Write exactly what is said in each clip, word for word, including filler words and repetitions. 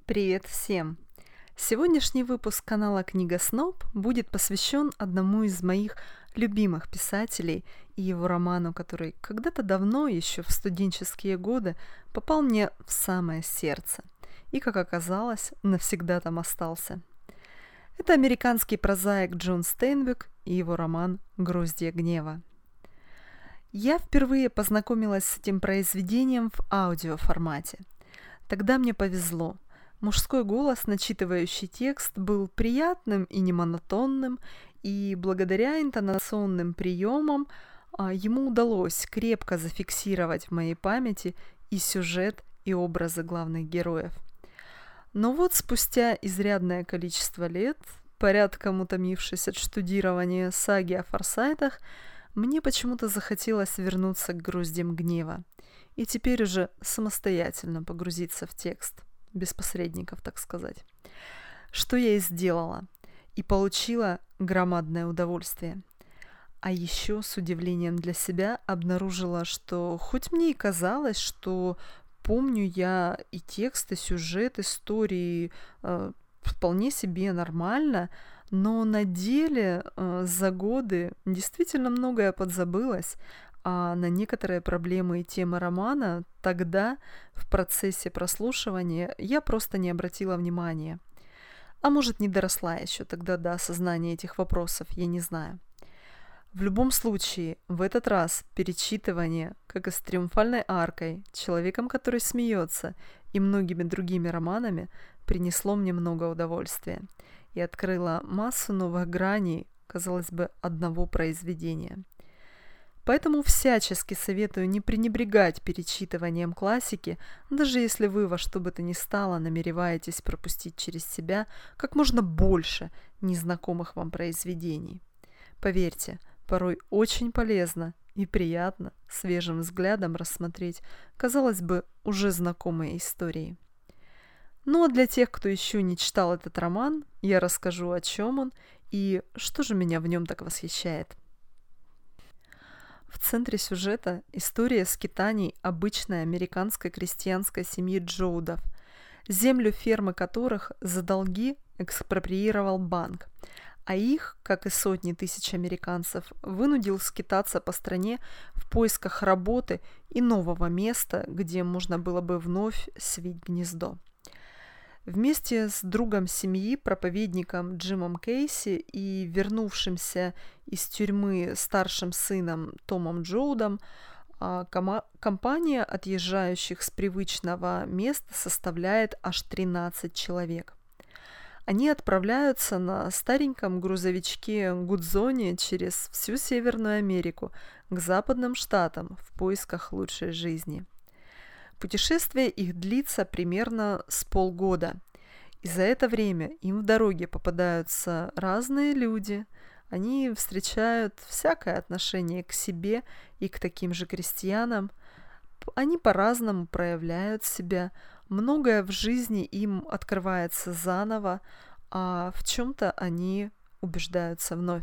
Привет всем! Сегодняшний выпуск канала Книга Сноб будет посвящен одному из моих любимых писателей и его роману, который когда-то давно, еще в студенческие годы, попал мне в самое сердце и, как оказалось, навсегда там остался. Это американский прозаик Джон Стейнбек и его роман «Гроздья гнева». Я впервые познакомилась с этим произведением в аудиоформате. Тогда мне повезло. Мужской голос, начитывающий текст, был приятным и не монотонным, и благодаря интонационным приемам а, ему удалось крепко зафиксировать в моей памяти и сюжет, и образы главных героев. Но вот спустя изрядное количество лет, порядком утомившись от штудирования саги о Форсайтах, мне почему-то захотелось вернуться к «Гроздьям гнева» и теперь уже самостоятельно погрузиться в текст, без посредников, так сказать. Что я и сделала, и получила громадное удовольствие. А еще с удивлением для себя обнаружила, что хоть мне и казалось, что помню я и текст, и сюжет истории э, вполне себе нормально, но на деле э, за годы действительно многое подзабылось, а на некоторые проблемы и темы романа тогда, в процессе прослушивания, я просто не обратила внимания. А может, не доросла еще тогда до осознания этих вопросов, я не знаю. В любом случае, в этот раз перечитывание, как и с «Триумфальной аркой», «Человеком, который смеется» и многими другими романами, принесло мне много удовольствия и открыло массу новых граней, казалось бы, одного произведения. Поэтому всячески советую не пренебрегать перечитыванием классики, даже если вы во что бы то ни стало намереваетесь пропустить через себя как можно больше незнакомых вам произведений. Поверьте, порой очень полезно и приятно свежим взглядом рассмотреть, казалось бы, уже знакомые истории. Ну а для тех, кто еще не читал этот роман, я расскажу, о чем он и что же меня в нем так восхищает. В центре сюжета история скитаний обычной американской крестьянской семьи Джоудов, землю фермы которых за долги экспроприировал банк, а их, как и сотни тысяч американцев, вынудил скитаться по стране в поисках работы и нового места, где можно было бы вновь свить гнездо. Вместе с другом семьи, проповедником Джимом Кейси и вернувшимся из тюрьмы старшим сыном Томом Джоудом, компания отъезжающих с привычного места составляет аж тринадцать человек. Они отправляются на стареньком грузовичке Гудзоне через всю Северную Америку к западным штатам в поисках лучшей жизни. Путешествие их длится примерно с полгода, и за это время им в дороге попадаются разные люди, они встречают всякое отношение к себе и к таким же крестьянам, они по-разному проявляют себя, многое в жизни им открывается заново, а в чем-то они убеждаются вновь.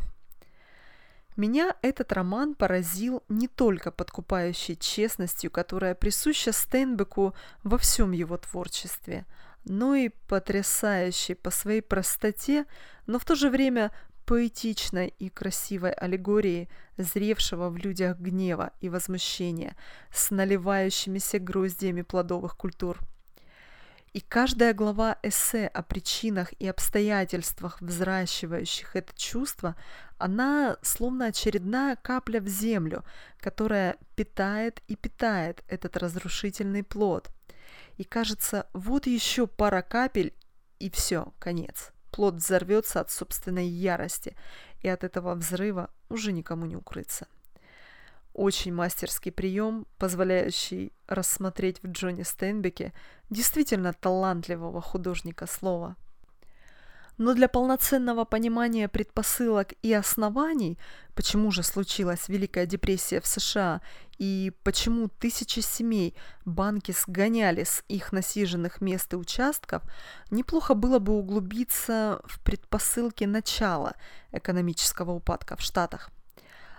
Меня этот роман поразил не только подкупающей честностью, которая присуща Стейнбеку во всем его творчестве, но и потрясающей по своей простоте, но в то же время поэтичной и красивой аллегорией зревшего в людях гнева и возмущения с наливающимися гроздьями плодовых культур. И каждая глава эссе о причинах и обстоятельствах, взращивающих это чувство, она словно очередная капля в землю, которая питает и питает этот разрушительный плод. И кажется, вот еще пара капель, и все, конец. Плод взорвется от собственной ярости, и от этого взрыва уже никому не укрыться. Очень мастерский прием, позволяющий рассмотреть в Джоне Стейнбеке действительно талантливого художника слова. Но для полноценного понимания предпосылок и оснований, почему же случилась Великая депрессия в США и почему тысячи семей банки сгоняли с их насиженных мест и участков, неплохо было бы углубиться в предпосылки начала экономического упадка в Штатах.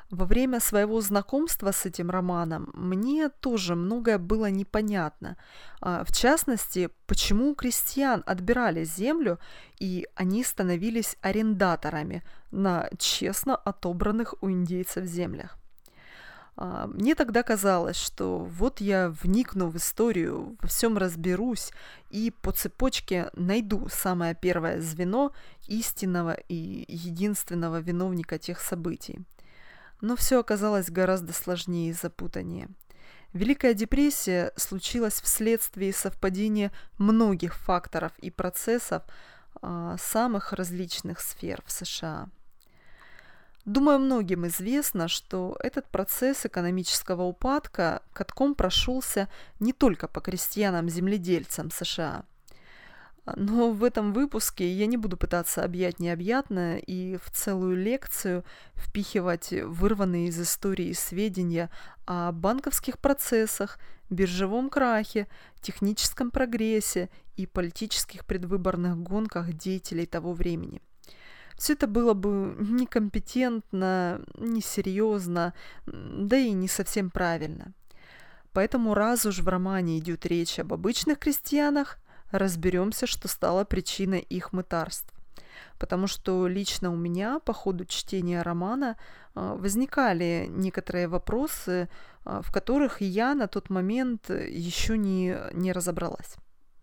Во время своего знакомства с этим романом мне тоже многое было непонятно. А, В частности, почему у крестьян отбирали землю, и они становились арендаторами на честно отобранных у индейцев землях. А, Мне тогда казалось, что вот я вникну в историю, во всем разберусь и по цепочке найду самое первое звено истинного и единственного виновника тех событий. Но все оказалось гораздо сложнее и запутаннее. Великая депрессия случилась вследствие совпадения многих факторов и процессов а, самых различных сфер в США. Думаю, многим известно, что этот процесс экономического упадка катком прошелся не только по крестьянам-земледельцам США. Но в этом выпуске я не буду пытаться объять необъятное и в целую лекцию впихивать вырванные из истории сведения о банковских процессах, биржевом крахе, техническом прогрессе и политических предвыборных гонках деятелей того времени. Все это было бы некомпетентно, несерьезно, да и не совсем правильно. Поэтому раз уж в романе идет речь об обычных крестьянах, разберемся, что стало причиной их мытарств. Потому что лично у меня по ходу чтения романа возникали некоторые вопросы, в которых я на тот момент еще не, не разобралась.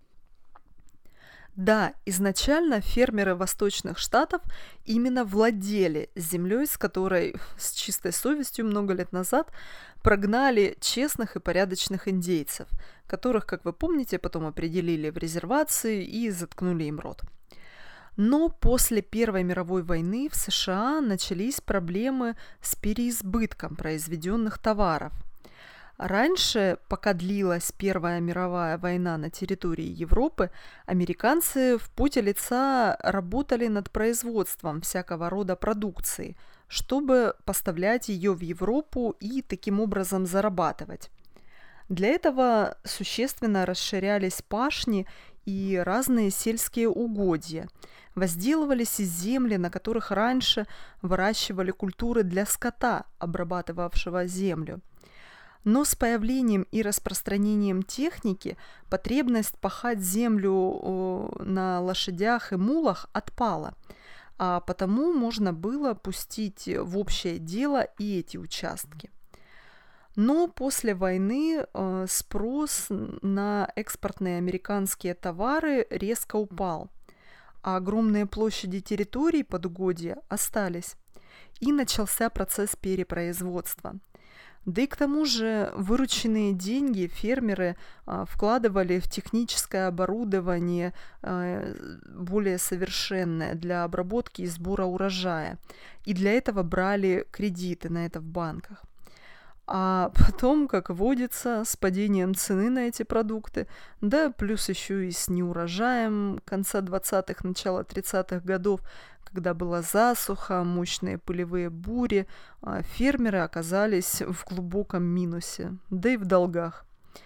Да, изначально фермеры восточных штатов именно владели землей, с которой с чистой совестью много лет назад прогнали честных и порядочных индейцев, которых, как вы помните, потом определили в резервации и заткнули им рот. Но после Первой мировой войны в США начались проблемы с переизбытком произведенных товаров. Раньше, пока длилась Первая мировая война на территории Европы, американцы в поте лица работали над производством всякого рода продукции, чтобы поставлять ее в Европу и таким образом зарабатывать. Для этого существенно расширялись пашни и разные сельские угодья, возделывались и земли, на которых раньше выращивали культуры для скота, обрабатывавшего землю. Но с появлением и распространением техники потребность пахать землю на лошадях и мулах отпала, а потому можно было пустить в общее дело и эти участки. Но после войны спрос на экспортные американские товары резко упал, а огромные площади территорий под угодья остались, и начался процесс перепроизводства. Да и к тому же вырученные деньги фермеры а, вкладывали в техническое оборудование а, более совершенное для обработки и сбора урожая. И для этого брали кредиты на это в банках. А потом, как водится, с падением цены на эти продукты, да плюс еще и с неурожаем конца двадцатых, начала тридцатых годов, когда была засуха, мощные пылевые бури, фермеры оказались в глубоком минусе, да и в долгах.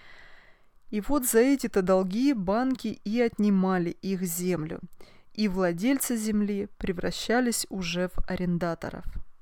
И вот за эти-то долги банки и отнимали их землю, и владельцы земли превращались уже в арендаторов.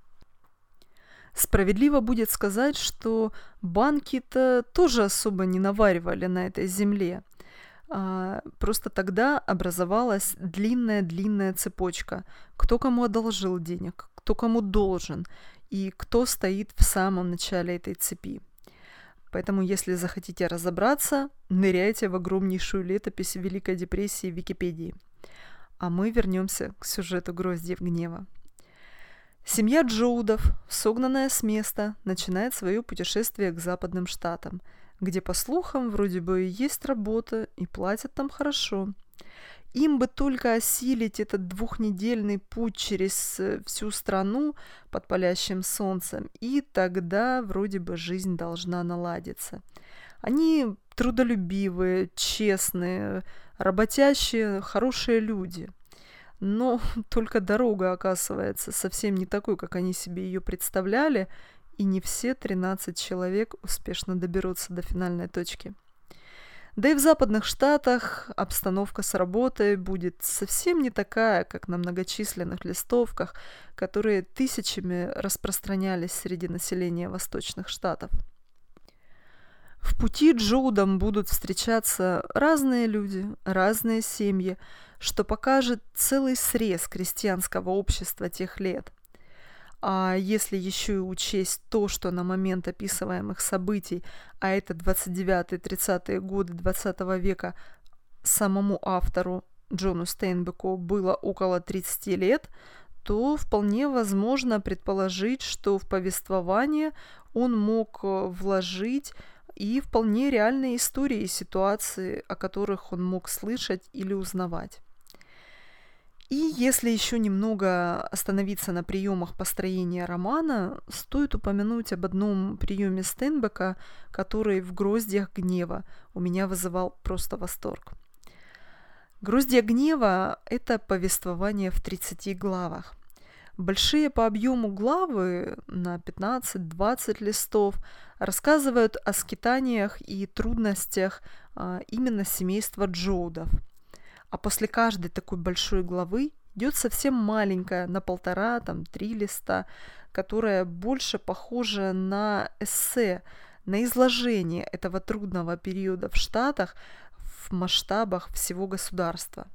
Справедливо будет сказать, что банки-то тоже особо не наваривали на этой земле. А, просто тогда образовалась длинная-длинная цепочка. Кто кому одолжил денег, кто кому должен, и кто стоит в самом начале этой цепи. Поэтому, если захотите разобраться, ныряйте в огромнейшую летопись Великой депрессии в Википедии. А мы вернемся к сюжету «Гроздьев гнева». Семья Джоудов, согнанная с места, начинает свое путешествие к западным штатам, где, по слухам, вроде бы есть работа и платят там хорошо. Им бы только осилить этот двухнедельный путь через всю страну под палящим солнцем, и тогда вроде бы жизнь должна наладиться. Они трудолюбивые, честные, работящие, хорошие люди. Но только дорога, оказывается, совсем не такой, как они себе ее представляли, и не все тринадцать человек успешно доберутся до финальной точки. Да и в западных штатах обстановка с работой будет совсем не такая, как на многочисленных листовках, которые тысячами распространялись среди населения восточных штатов. В пути Джоудам будут встречаться разные люди, разные семьи, что покажет целый срез крестьянского общества тех лет. А если еще и учесть то, что на момент описываемых событий, а это двадцать девятые-тридцатые годы двадцатого века, самому автору Джону Стейнбеку было около тридцати лет, то вполне возможно предположить, что в повествование он мог вложить и вполне реальные истории и ситуации, о которых он мог слышать или узнавать. И если еще немного остановиться на приемах построения романа, стоит упомянуть об одном приеме Стейнбека, который в «Гроздьях гнева» у меня вызывал просто восторг. «Гроздья гнева» — это повествование в тридцати главах. Большие по объему главы на пятнадцать-двадцать листов рассказывают о скитаниях и трудностях а, именно семейства Джоудов. А после каждой такой большой главы идет совсем маленькая, на полтора, там, три листа, которая больше похожа на эссе, на изложение этого трудного периода в Штатах в масштабах всего государства.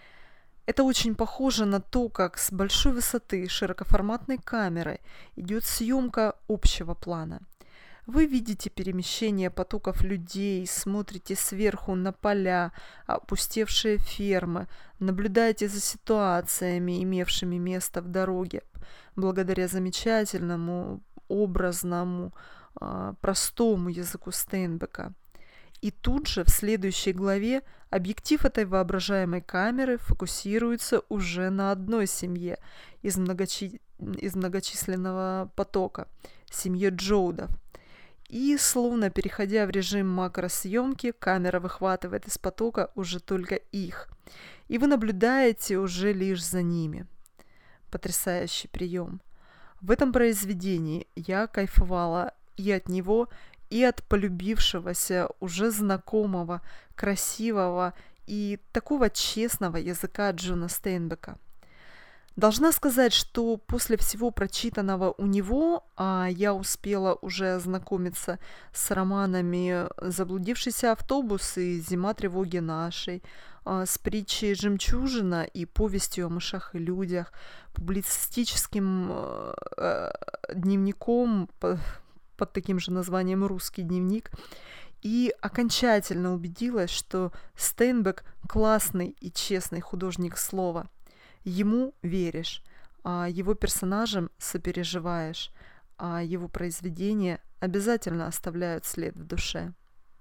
Это очень похоже на то, как с большой высоты широкоформатной камерой идет съемка общего плана. Вы видите перемещение потоков людей, смотрите сверху на поля, опустевшие фермы, наблюдаете за ситуациями, имевшими место в дороге, благодаря замечательному, образному, простому языку Стейнбека. И тут же в следующей главе объектив этой воображаемой камеры фокусируется уже на одной семье из, многочи... из многочисленного потока, семье Джоудов. И, словно переходя в режим макросъемки, камера выхватывает из потока уже только их. И вы наблюдаете уже лишь за ними. Потрясающий прием. В этом произведении я кайфовала и от него, и от полюбившегося, уже знакомого, красивого и такого честного языка Джона Стейнбека. Должна сказать, что после всего прочитанного у него, а я успела уже ознакомиться с романами «Заблудившийся автобус» и «Зима тревоги нашей», с притчей «Жемчужина» и повестью о мышах и людях, публицистическим э, дневником под, под таким же названием «Русский дневник», и окончательно убедилась, что Стейнбек классный и честный художник слова. Ему веришь, а его персонажам сопереживаешь, а его произведения обязательно оставляют след в душе.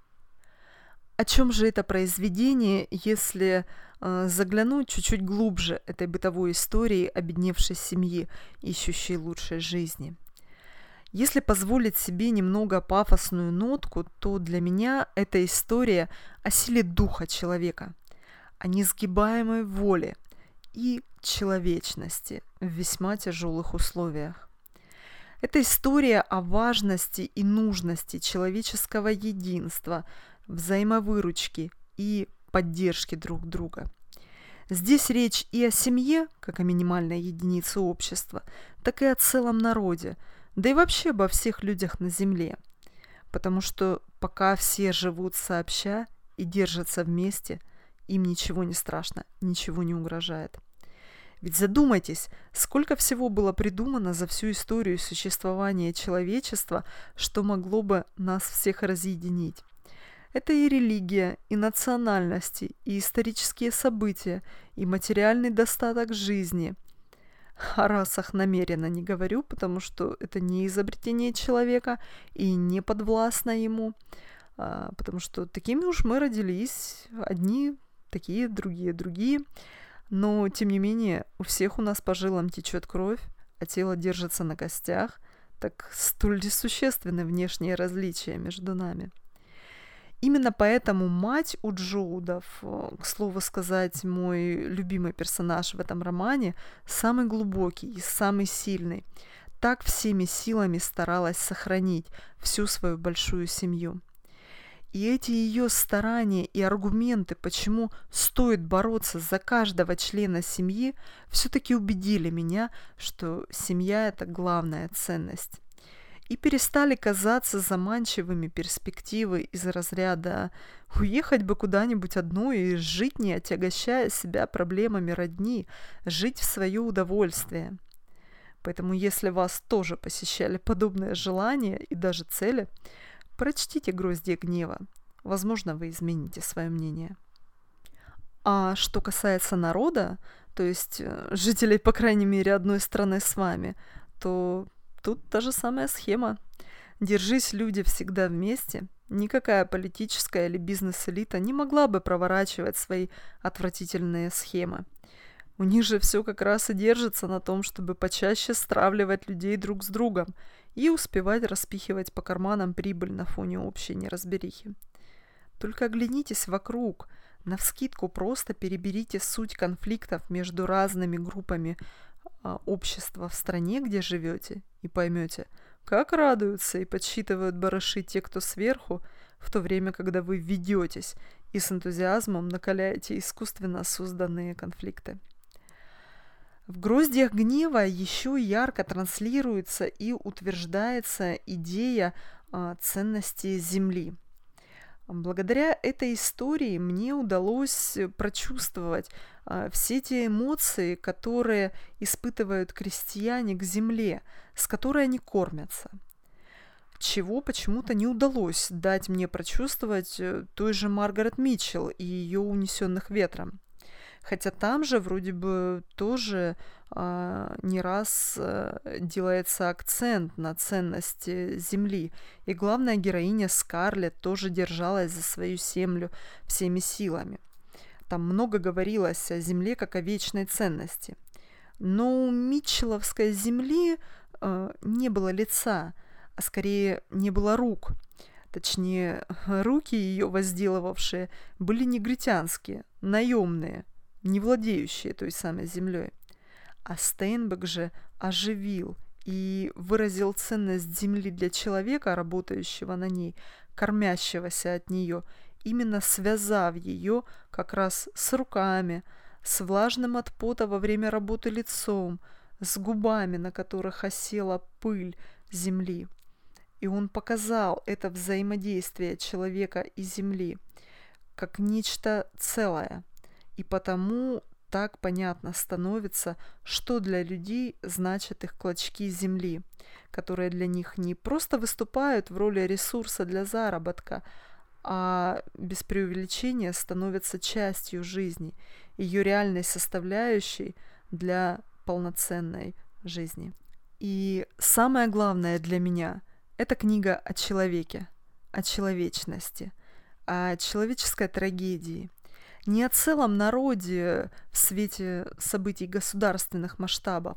О чем же это произведение, если э, заглянуть чуть-чуть глубже этой бытовой истории обедневшей семьи, ищущей лучшей жизни? Если позволить себе немного пафосную нотку, то для меня это история о силе духа человека, о несгибаемой воле и человечности в весьма тяжелых условиях. Это история о важности и нужности человеческого единства, взаимовыручки и поддержки друг друга. Здесь речь и о семье, как о минимальной единице общества, так и о целом народе, да и вообще обо всех людях на земле. Потому что пока все живут сообща и держатся вместе, им ничего не страшно, ничего не угрожает. Ведь задумайтесь, сколько всего было придумано за всю историю существования человечества, что могло бы нас всех разъединить. Это и религия, и национальности, и исторические события, и материальный достаток жизни. О расах намеренно не говорю, потому что это не изобретение человека и не подвластно ему, потому что такими уж мы родились, одни такие, другие другие. Но, тем не менее, у всех у нас по жилам течет кровь, а тело держится на костях, так столь ли существенны внешние различия между нами. Именно поэтому мать у Джоудов, к слову сказать, мой любимый персонаж в этом романе, самый глубокий и самый сильный, так всеми силами старалась сохранить всю свою большую семью. И эти ее старания и аргументы, почему стоит бороться за каждого члена семьи, все-таки убедили меня, что семья – это главная ценность. И перестали казаться заманчивыми перспективы из разряда «уехать бы куда-нибудь одну и жить, не отягощая себя проблемами родни, жить в свое удовольствие». Поэтому если вас тоже посещали подобные желания и даже цели, прочтите «Гроздья гнева». Возможно, вы измените свое мнение. А что касается народа, то есть жителей, по крайней мере, одной страны с вами, то тут та же самая схема. Держись, люди, всегда вместе. Никакая политическая или бизнес-элита не могла бы проворачивать свои отвратительные схемы. У них же все как раз и держится на том, чтобы почаще стравливать людей друг с другом и успевать распихивать по карманам прибыль на фоне общей неразберихи. Только оглянитесь вокруг, навскидку просто переберите суть конфликтов между разными группами а, общества в стране, где живете, и поймете, как радуются и подсчитывают барыши те, кто сверху, в то время, когда вы ведетесь и с энтузиазмом накаляете искусственно созданные конфликты. В «Гроздьях гнева» еще ярко транслируется и утверждается идея а, ценности Земли. Благодаря этой истории мне удалось прочувствовать а, все те эмоции, которые испытывают крестьяне к земле, с которой они кормятся. Чего почему-то не удалось дать мне прочувствовать той же Маргарет Митчелл и ее «Унесенных ветром». Хотя там же вроде бы тоже а, не раз а, делается акцент на ценности земли. И главная героиня Скарлетт тоже держалась за свою землю всеми силами. Там много говорилось о земле как о вечной ценности. Но у митчелловской земли а, не было лица, а скорее не было рук. Точнее, руки ее возделывавшие были негритянские, наемные, не владеющие той самой землей. А Стейнбек же оживил и выразил ценность земли для человека, работающего на ней, кормящегося от нее, именно связав ее как раз с руками, с влажным от пота во время работы лицом, с губами, на которых осела пыль земли. И он показал это взаимодействие человека и земли как нечто целое. И потому так понятно становится, что для людей значат их клочки земли, которые для них не просто выступают в роли ресурса для заработка, а без преувеличения становятся частью жизни, ее реальной составляющей для полноценной жизни. И самое главное для меня – это книга о человеке, о человечности, о человеческой трагедии. Не о целом народе в свете событий государственных масштабов,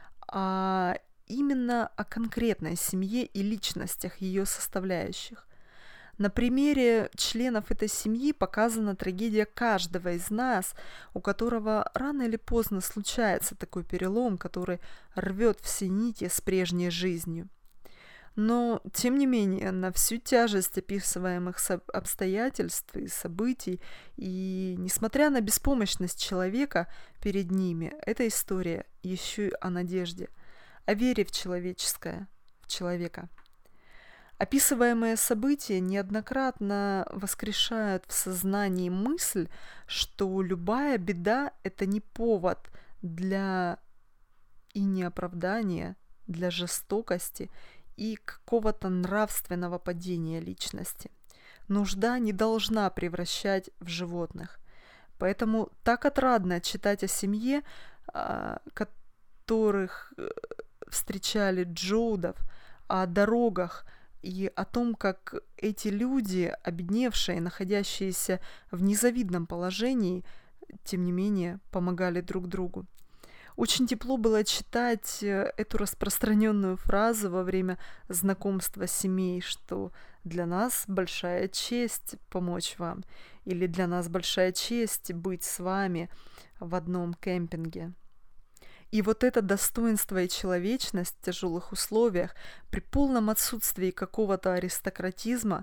а именно о конкретной семье и личностях ее составляющих. На примере членов этой семьи показана трагедия каждого из нас, у которого рано или поздно случается такой перелом, который рвет все нити с прежней жизнью. Но, тем не менее, на всю тяжесть описываемых обстоятельств и событий, и несмотря на беспомощность человека перед ними, эта история еще и о надежде, о вере в человеческое, в человека. Описываемые события неоднократно воскрешают в сознании мысль, что любая беда – это не повод для и не оправдание для жестокости и какого-то нравственного падения личности. Нужда не должна превращать в животных. Поэтому так отрадно читать о семье, которых встречали Джоудов, о дорогах и о том, как эти люди, обедневшие, находящиеся в незавидном положении, тем не менее помогали друг другу. Очень тепло было читать эту распространенную фразу во время знакомства семей, что для нас большая честь помочь вам, или для нас большая честь быть с вами в одном кемпинге. И вот это достоинство и человечность в тяжелых условиях, при полном отсутствии какого-то аристократизма,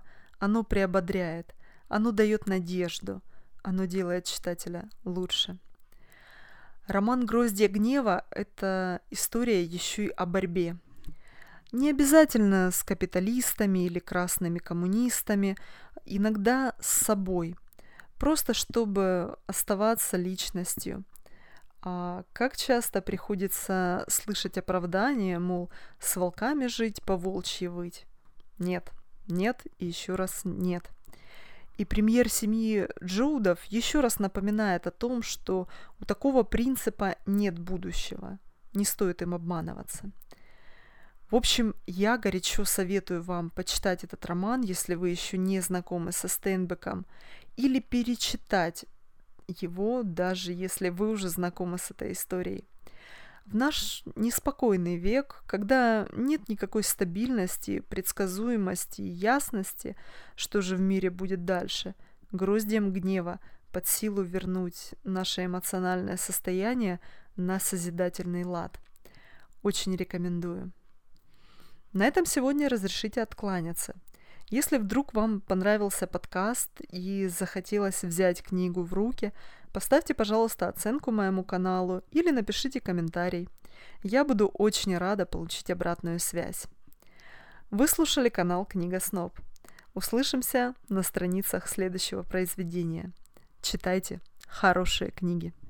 оно приободряет, оно дает надежду, оно делает читателя лучше. Роман «Гроздья гнева» — это история еще и о борьбе. Не обязательно с капиталистами или красными коммунистами, иногда с собой, просто чтобы оставаться личностью. А как часто приходится слышать оправдание, мол, с волками жить, по волчьи выть? Нет, нет и еще раз нет. И премьер семьи Джоудов еще раз напоминает о том, что у такого принципа нет будущего. Не стоит им обманываться. В общем, я горячо советую вам почитать этот роман, если вы еще не знакомы со Стейнбеком, или перечитать его, даже если вы уже знакомы с этой историей. В наш неспокойный век, когда нет никакой стабильности, предсказуемости и ясности, что же в мире будет дальше, гроздьям гнева под силу вернуть наше эмоциональное состояние на созидательный лад. Очень рекомендую. На этом сегодня разрешите откланяться. Если вдруг вам понравился подкаст и захотелось взять книгу в руки, поставьте, пожалуйста, оценку моему каналу или напишите комментарий. Я буду очень рада получить обратную связь. Вы слушали канал Книга Сноб. Услышимся на страницах следующего произведения. Читайте хорошие книги.